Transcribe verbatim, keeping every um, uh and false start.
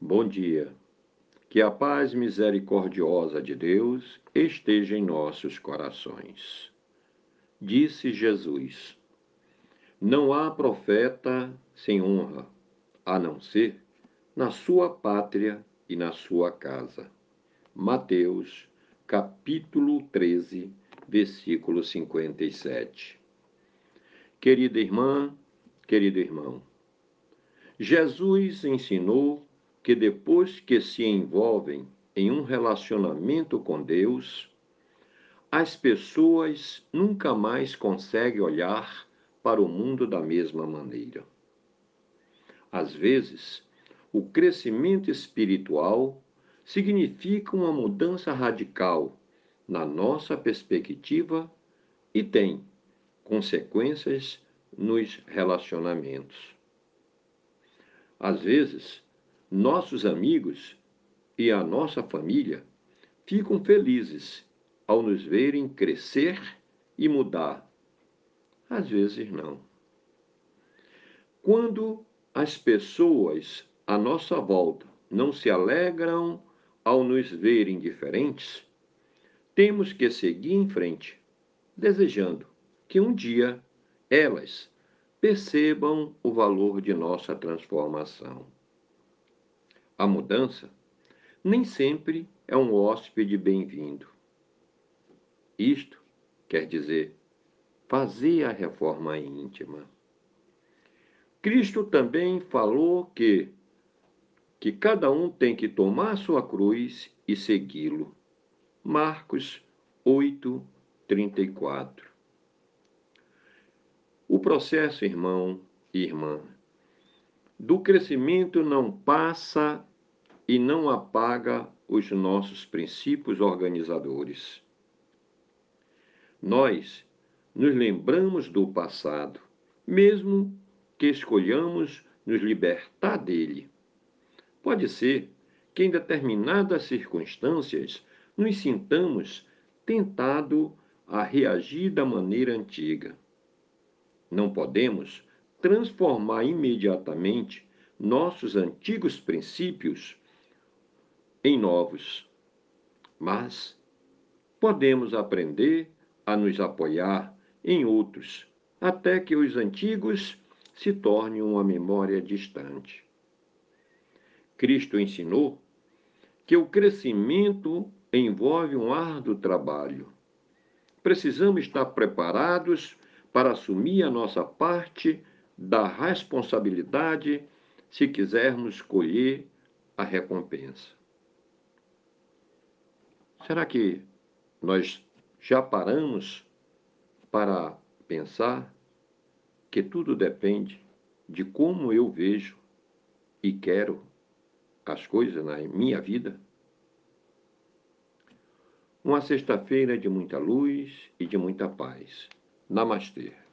Bom dia. Que a paz misericordiosa de Deus esteja em nossos corações. Disse Jesus: Não há profeta sem honra, a não ser na sua pátria e na sua casa. Mateus, capítulo treze, versículo cinquenta e sete. Querida irmã, querido irmão, Jesus ensinou que depois que se envolvem em um relacionamento com Deus, as pessoas nunca mais conseguem olhar para o mundo da mesma maneira. Às vezes, o crescimento espiritual significa uma mudança radical na nossa perspectiva e tem consequências nos relacionamentos. Às vezes, nossos amigos e a nossa família ficam felizes ao nos verem crescer e mudar. Às vezes, não. Quando as pessoas à nossa volta não se alegram ao nos verem diferentes, temos que seguir em frente, desejando que um dia elas percebam o valor de nossa transformação. A mudança nem sempre é um hóspede bem-vindo. Isto quer dizer fazer a reforma íntima. Cristo também falou que, que cada um tem que tomar sua cruz e segui-lo. Marcos oito, trinta e quatro. O processo, irmão e irmã, do crescimento não passa e não apaga os nossos princípios organizadores. Nós nos lembramos do passado, mesmo que escolhamos nos libertar dele. Pode ser que em determinadas circunstâncias nos sintamos tentados a reagir da maneira antiga. Não podemos transformar imediatamente nossos antigos princípios em novos, mas podemos aprender a nos apoiar em outros, até que os antigos se tornem uma memória distante. Cristo ensinou que o crescimento envolve um árduo trabalho. Precisamos estar preparados para assumir a nossa parte da responsabilidade se quisermos colher a recompensa. Será que nós já paramos para pensar que tudo depende de como eu vejo e quero as coisas na minha vida? Uma sexta-feira de muita luz e de muita paz. Namastê.